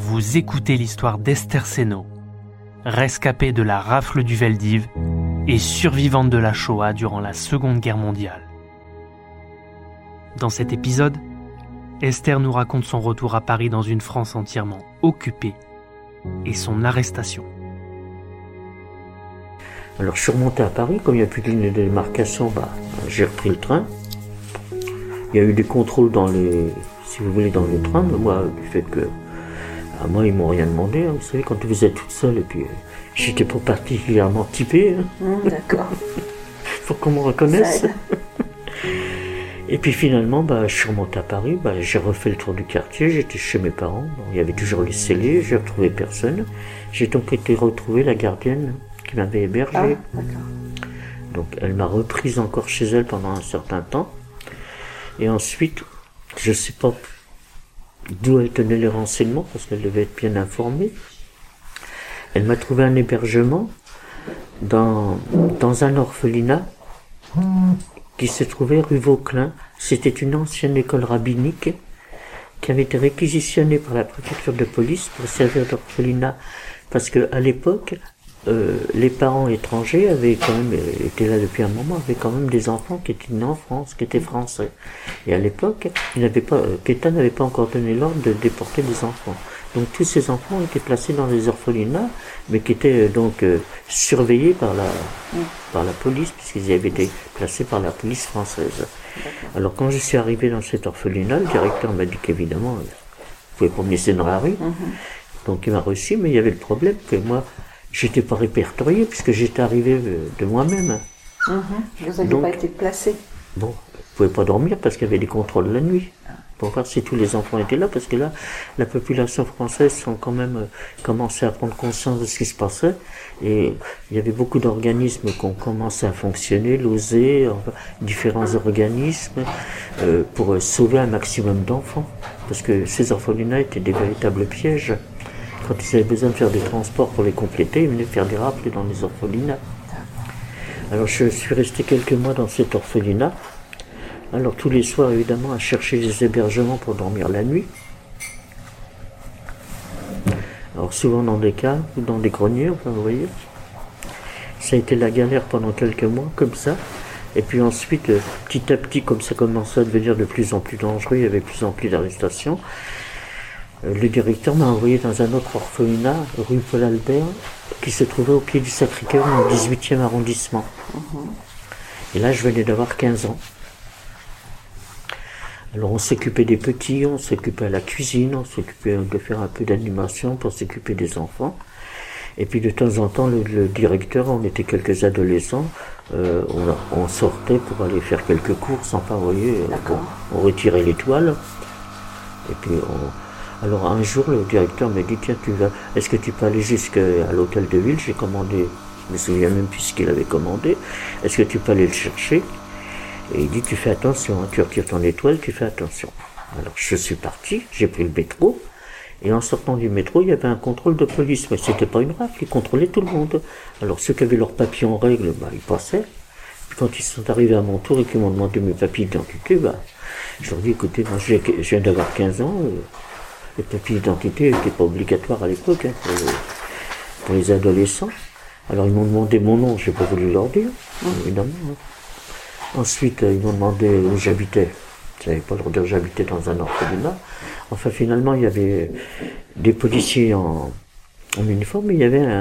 vous écoutez l'histoire d'Esther Seno, rescapée de la rafle du Veldiv et survivante de la Shoah durant la Seconde Guerre mondiale. Dans cet épisode, Esther nous raconte son retour à Paris dans une France entièrement occupée et son arrestation. Alors je suis remonté à Paris, comme il n'y a plus de ligne de démarcation, j'ai repris le train. Il y a eu des contrôles dans les trains, mais moi, du fait que moi ils m'ont rien demandé, hein. Vous savez, quand vous êtes toute seule, et puis j'étais pas particulièrement typé. Hein. D'accord. Faut qu'on me reconnaisse. Et puis finalement, je suis remonté à Paris, j'ai refait le tour du quartier, j'étais chez mes parents, il y avait toujours les scellés, j'ai retrouvé personne. J'ai donc été retrouver la gardienne qui m'avait hébergé. Ah, d'accord. Donc elle m'a reprise encore chez elle pendant un certain temps. Et ensuite, je sais pas d'où elle tenait les renseignements, parce qu'elle devait être bien informée. Elle m'a trouvé un hébergement dans un orphelinat qui se trouvait rue Vauquelin. C'était une ancienne école rabbinique qui avait été réquisitionnée par la préfecture de police pour servir d'orphelinat, parce que à l'époque, les parents étrangers avaient quand même été là depuis un moment, avaient quand même des enfants qui étaient nés en France, qui étaient français. Et à l'époque, Pétain n'avait pas encore donné l'ordre de déporter des enfants. Donc tous ces enfants étaient placés dans les orphelinats, mais qui étaient donc surveillés par la police, puisqu'ils avaient été placés par la police française. Alors quand je suis arrivé dans cet orphelinat, le directeur m'a dit qu'évidemment, vous pouvez pas me laisser dans la rue. Donc il m'a reçu, mais il y avait le problème que moi, j'étais pas répertorié, puisque j'étais arrivé de moi-même. Vous n'aviez pas été placé. Bon, je pouvais pas dormir parce qu'il y avait des contrôles la nuit, pour voir si tous les enfants étaient là, parce que là, la population française a quand même commencé à prendre conscience de ce qui se passait, et il y avait beaucoup d'organismes qui ont commencé à fonctionner, l'OSE, différents organismes, pour sauver un maximum d'enfants, parce que ces orphelinats étaient des véritables pièges. Quand ils avaient besoin de faire des transports pour les compléter, ils venaient faire des rafles dans les orphelinats. Alors je suis resté quelques mois dans cet orphelinat. Alors tous les soirs, évidemment, à chercher des hébergements pour dormir la nuit. Alors souvent dans des caves ou dans des greniers, enfin vous voyez. Ça a été la galère pendant quelques mois, comme ça. Et puis ensuite, petit à petit, comme ça commençait à devenir de plus en plus dangereux, il y avait de plus en plus d'arrestations. Le directeur m'a envoyé dans un autre orphelinat, rue Paul Albert, qui se trouvait au pied du Sacré-Cœur, dans le 18e arrondissement. Et là, je venais d'avoir 15 ans. Alors, on s'occupait des petits, on s'occupait à la cuisine, on s'occupait de faire un peu d'animation pour s'occuper des enfants. Et puis, de temps en temps, le directeur, on était quelques adolescents, on sortait pour aller faire quelques courses, enfin, vous voyez, on retirait les toiles. Et puis, alors un jour, le directeur m'a dit, tiens, est-ce que tu peux aller jusqu'à l'hôtel de ville? J'ai commandé, je me souviens même plus ce qu'il avait commandé. Est-ce que tu peux aller le chercher? Et il dit, tu fais attention, hein, tu retires ton étoile, tu fais attention. Alors je suis parti, j'ai pris le métro, et en sortant du métro, il y avait un contrôle de police, mais c'était pas une rafle, ils contrôlaient tout le monde. Alors ceux qui avaient leurs papiers en règle, ils passaient. Puis quand ils sont arrivés à mon tour et qu'ils m'ont demandé mes papiers d'identité, je leur dis, écoutez, moi je viens d'avoir 15 ans, les papiers d'identité n'étaient pas obligatoires à l'époque, hein, pour les adolescents. Alors ils m'ont demandé mon nom, je n'ai pas voulu leur dire, évidemment. Hein. Ensuite, ils m'ont demandé où j'habitais. Je n'avais pas leur dire j'habitais dans un orphelinat. Enfin, finalement, il y avait des policiers en uniforme, mais il y avait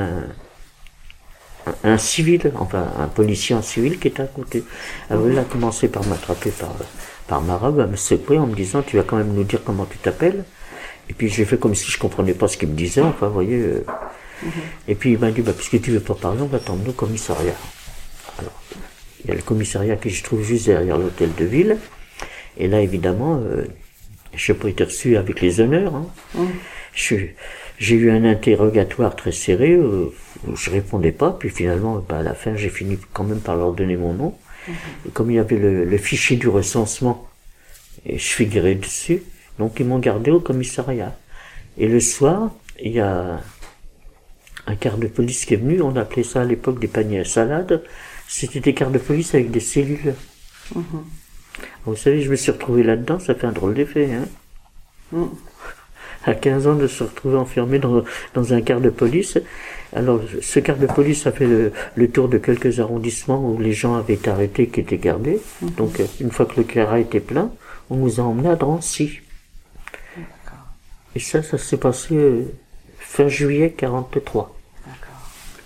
un civil, enfin un policier en civil qui était à côté. Alors il a commencé par m'attraper par ma robe, à me secouer en me disant, tu vas quand même nous dire comment tu t'appelles. Et puis j'ai fait comme si je comprenais pas ce qu'il me disait, enfin vous voyez. Et puis il m'a dit, puisque tu veux pas parler, on va t'emmener au commissariat. Alors, il y a le commissariat qui se trouve juste derrière l'hôtel de ville. Et là, évidemment, je n'ai pas été reçu avec les honneurs. Hein. J'ai eu un interrogatoire très serré, où je répondais pas, puis finalement, à la fin, j'ai fini quand même par leur donner mon nom. Et comme il y avait le fichier du recensement, et je figurais dessus, donc ils m'ont gardé au commissariat. Et le soir, il y a un quart de police qui est venu, on appelait ça à l'époque des paniers à salade. C'était des quarts de police avec des cellules. Vous savez, je me suis retrouvé là-dedans, ça fait un drôle d'effet. Hein. à 15 ans de se retrouver enfermé dans un car de police. Alors, ce car de police a fait le tour de quelques arrondissements où les gens avaient été arrêtés, qui étaient gardés. Donc, une fois que le car a été plein, on nous a emmenés à Drancy. D'accord. Et ça s'est passé fin juillet 43. D'accord.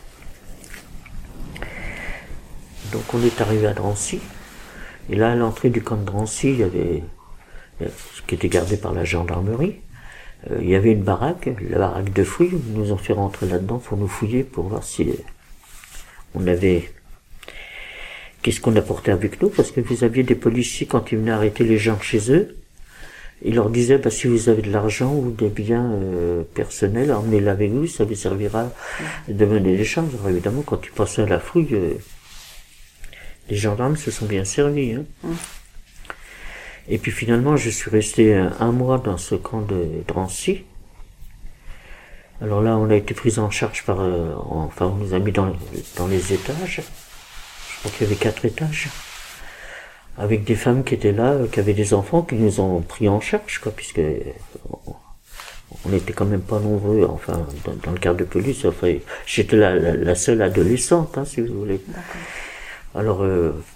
Donc, on est arrivé à Drancy. Et là, à l'entrée du camp de Drancy, il y avait, qui était gardé par la gendarmerie, il y avait une baraque, la baraque de fouilles. Ils nous ont fait rentrer là-dedans pour nous fouiller, pour voir si on avait... Qu'est-ce qu'on apportait avec nous, parce que vous aviez des policiers, quand ils venaient arrêter les gens chez eux, ils leur disaient, si vous avez de l'argent ou des biens personnels, emmenez-les avec vous, ça vous servira de mener des chances. Alors évidemment, quand ils passaient à la fouille, les gendarmes se sont bien servis. Et puis finalement, je suis resté un mois dans ce camp de Drancy. Alors là, on a été pris en charge par... on nous a mis dans les étages. Je crois qu'il y avait 4 étages. Avec des femmes qui étaient là, qui avaient des enfants, qui nous ont pris en charge, puisque on n'était quand même pas nombreux, dans le quart de police. J'étais la seule adolescente, si vous voulez. Alors,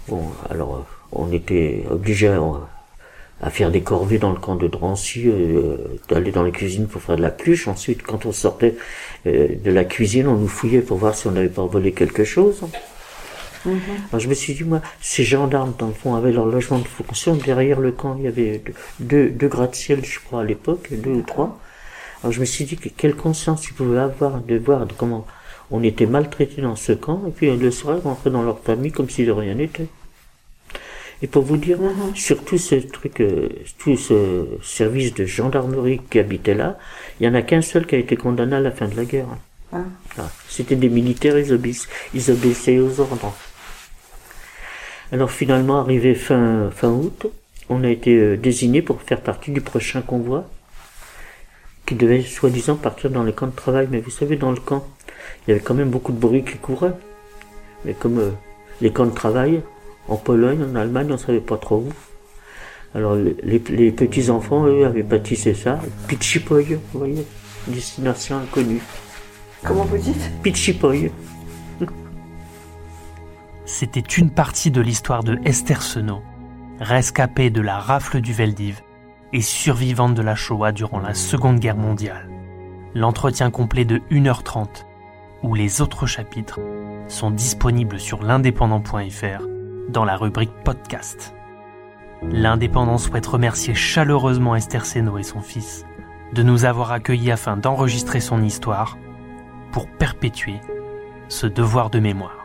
on était obligés à faire des corvées dans le camp de Drancy, d'aller dans les cuisines pour faire de la pluche. Ensuite, quand on sortait de la cuisine, on nous fouillait pour voir si on n'avait pas volé quelque chose. Alors je me suis dit, moi, ces gendarmes, dans le fond, avaient leur logement de fonction. Derrière le camp, il y avait deux gratte-ciel, je crois, à l'époque, 2 ou 3. Alors je me suis dit, quelle conscience ils pouvaient avoir de voir comment on était maltraités dans ce camp, et puis le soir, ils rentraient dans leur famille comme si de rien n'était. Et pour vous dire, surtout ce truc, tout ce service de gendarmerie qui habitait là, il y en a qu'un seul qui a été condamné à la fin de la guerre. C'était des militaires, ils obéissaient aux ordres. Alors finalement, arrivé fin août, on a été désigné pour faire partie du prochain convoi qui devait soi-disant partir dans les camps de travail. Mais vous savez, dans le camp, il y avait quand même beaucoup de bruit qui courait. Mais comme les camps de travail, en Pologne, en Allemagne, on ne savait pas trop où. Alors les petits-enfants, eux, avaient baptisé ça Pichipoy, vous voyez, destination inconnue. Comment vous dites ? Pichipoy. C'était une partie de l'histoire de Esther Senault, rescapée de la rafle du Veldiv et survivante de la Shoah durant la Seconde Guerre mondiale. L'entretien complet de 1h30, où les autres chapitres sont disponibles sur l'indépendant.fr dans la rubrique podcast. L'Indépendant souhaite remercier chaleureusement Esther Senault et son fils de nous avoir accueillis afin d'enregistrer son histoire pour perpétuer ce devoir de mémoire.